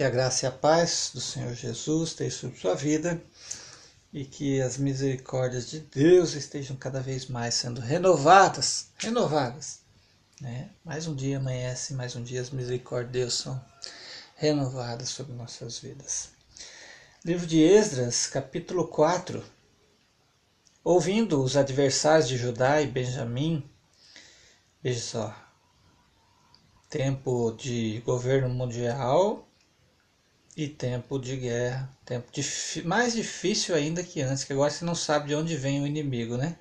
Que a graça e a paz do Senhor Jesus estejam sobre sua vida e que as misericórdias de Deus estejam cada vez mais sendo renovadas, né? Mais um dia amanhece, mais um dia as misericórdias de Deus são renovadas sobre nossas vidas. Livro de Esdras, capítulo 4. Ouvindo os adversários de Judá e Benjamim, veja só, tempo de governo mundial e tempo de guerra, tempo mais difícil ainda que antes, que agora você não sabe de onde vem o inimigo, né?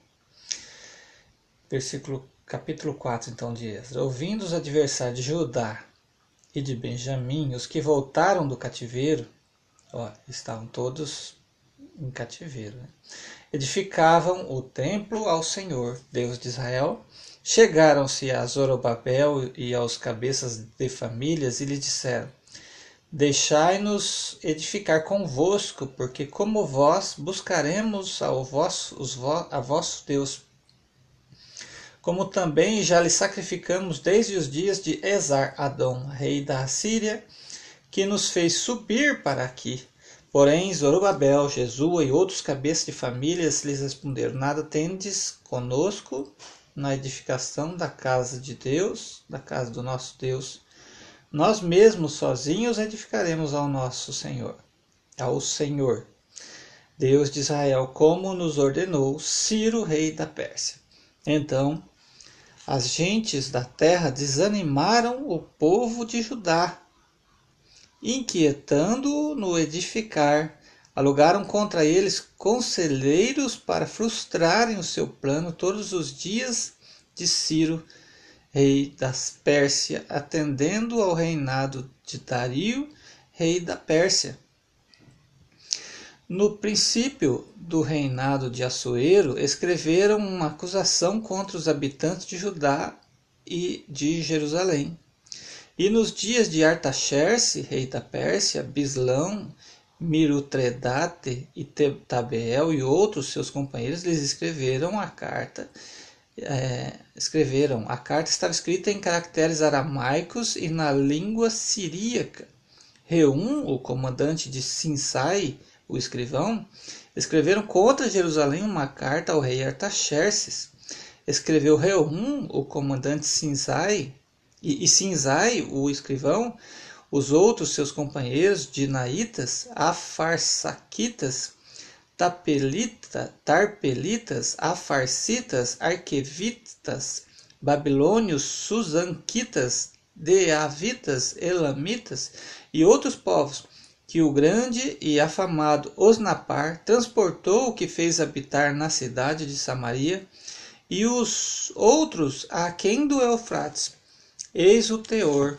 Capítulo 4, então, de Esdras. Ouvindo os adversários de Judá e de Benjamim, os que voltaram do cativeiro, estavam todos em cativeiro, né? Edificavam o templo ao Senhor, Deus de Israel. Chegaram-se a Zorobabel e aos cabeças de famílias e lhe disseram: Deixai-nos edificar convosco, porque como vós buscaremos a vosso Deus, como também já lhe sacrificamos desde os dias de Esar-Adom, rei da Assíria, que nos fez subir para aqui. Porém, Zorobabel, Jesua e outros cabeças de famílias lhes responderam: Nada tendes conosco na edificação da casa de Deus, da casa do nosso Deus. Nós mesmos sozinhos edificaremos ao nosso Senhor, ao Senhor, Deus de Israel, como nos ordenou Ciro, rei da Pérsia. Então, as gentes da terra desanimaram o povo de Judá, inquietando-o no edificar. Alugaram contra eles conselheiros para frustrarem o seu plano todos os dias de Ciro, rei da Pérsia, atendendo ao reinado de Dario, rei da Pérsia. No princípio do reinado de Assuero, escreveram uma acusação contra os habitantes de Judá e de Jerusalém. E nos dias de Artaxerxes, rei da Pérsia, Bislão, Mirutredate e Tabeel e outros seus companheiros lhes escreveram a carta. A carta estava escrita em caracteres aramaicos e na língua siríaca. Reum, o comandante de Sinsai, o escrivão, escreveram contra Jerusalém uma carta ao rei Artaxerxes. Escreveu Reum, o comandante Sinsai, e Sinsai, o escrivão, os outros seus companheiros, dinaitas, afarsaquitas, tarpelitas, afarcitas, arquevitas, babilônios, susanquitas, deavitas, elamitas e outros povos, que o grande e afamado Osnapar transportou, o que fez habitar na cidade de Samaria, e os outros aquém do Eufrates. Eis o teor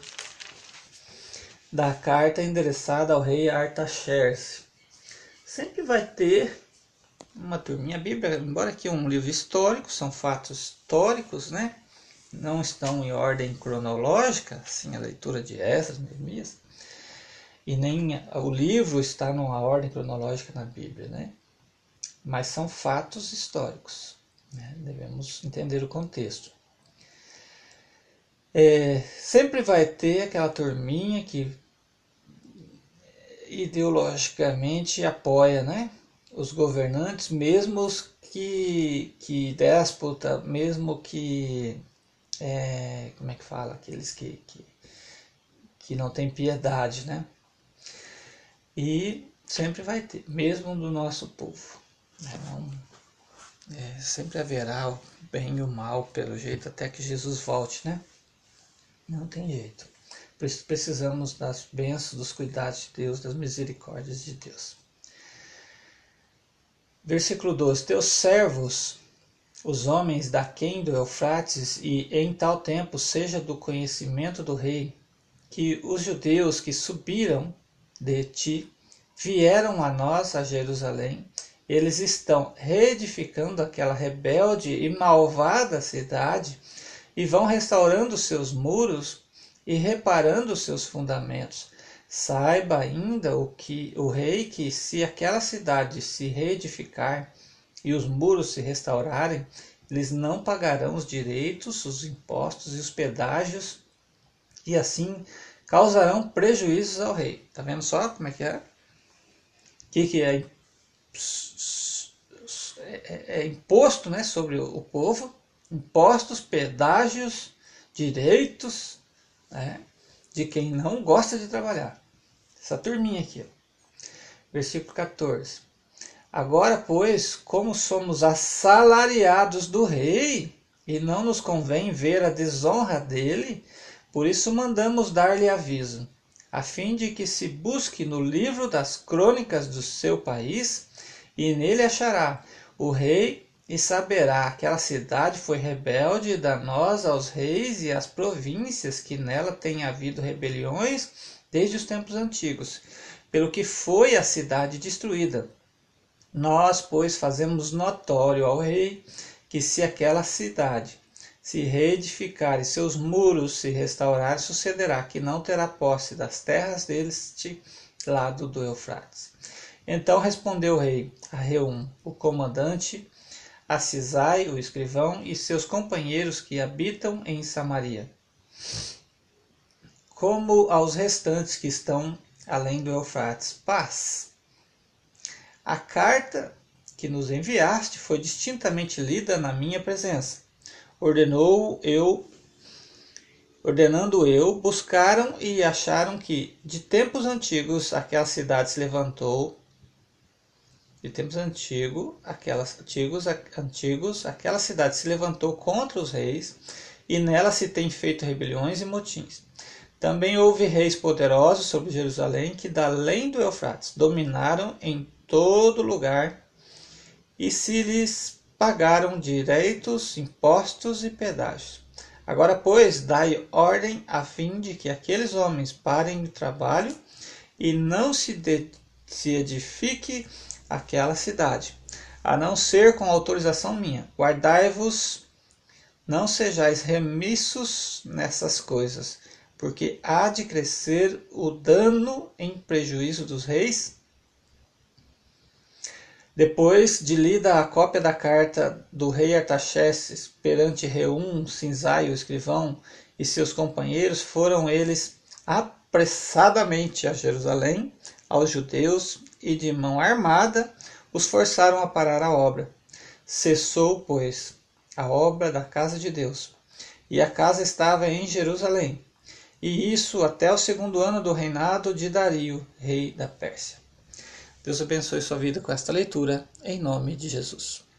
da carta endereçada ao rei Artaxerxes. Sempre vai ter uma turminha. A Bíblia, embora que é um livro histórico, são fatos históricos, né? Não estão em ordem cronológica, assim a leitura de Esdras, Neemias, e nem o livro está numa ordem cronológica na Bíblia, né? Mas são fatos históricos, né? Devemos entender o contexto. Sempre vai ter aquela turminha que ideologicamente apoia, né, os governantes, mesmo que déspota, mesmo que como é que fala, aqueles que não têm piedade, né? E sempre vai ter, mesmo do nosso povo, né? Sempre haverá o bem e o mal, pelo jeito, até que Jesus volte, né? Não tem jeito. Por isso precisamos das bênçãos, dos cuidados de Deus, das misericórdias de Deus. Versículo 12. Teus servos, os homens daquém do Eufrates, e em tal tempo seja do conhecimento do rei, que os judeus que subiram de ti vieram a nós, a Jerusalém. Eles estão reedificando aquela rebelde e malvada cidade, e vão restaurando seus muros e reparando seus fundamentos. Saiba ainda o rei que, se aquela cidade se reedificar e os muros se restaurarem, eles não pagarão os direitos, os impostos e os pedágios, e assim causarão prejuízos ao rei. Tá vendo só como é que é? O que é? É imposto, né, sobre o povo, impostos, pedágios, direitos, né, de quem não gosta de trabalhar. Essa turminha aqui, ó. Versículo 14. Agora, pois, como somos assalariados do rei, e não nos convém ver a desonra dele, por isso mandamos dar-lhe aviso, a fim de que se busque no livro das crônicas do seu país, e nele achará o rei, e saberá que aquela cidade foi rebelde e danosa aos reis e às províncias, que nela tem havido rebeliões desde os tempos antigos, pelo que foi a cidade destruída. Nós, pois, fazemos notório ao rei que se aquela cidade se reedificar e seus muros se restaurar, sucederá que não terá posse das terras deste lado do Eufrates. Então respondeu o rei a Reum, o comandante, a Cisai, o escrivão, e seus companheiros que habitam em Samaria, como aos restantes que estão além do Eufrates: paz. A carta que nos enviaste foi distintamente lida na minha presença. Ordenando eu, buscaram e acharam que, de tempos antigos, aquela cidade se levantou. De tempos antigos, aquela cidade se levantou contra os reis, e nela se tem feito rebeliões e motins. Também houve reis poderosos sobre Jerusalém, que da além do Eufrates dominaram em todo lugar, e se lhes pagaram direitos, impostos e pedágios. Agora, pois, dai ordem a fim de que aqueles homens parem o trabalho e não se edifique aquela cidade, a não ser com autorização minha. Guardai-vos, não sejais remissos nessas coisas, porque há de crescer o dano em prejuízo dos reis. Depois de lida a cópia da carta do rei Artaxerxes perante Reum, Sinzai, o escrivão, e seus companheiros, foram eles apressadamente a Jerusalém, aos judeus, e de mão armada os forçaram a parar a obra. Cessou, pois, a obra da casa de Deus, e a casa estava em Jerusalém, e isso até o 2º ano do reinado de Dario, rei da Pérsia. Deus abençoe sua vida com esta leitura, em nome de Jesus.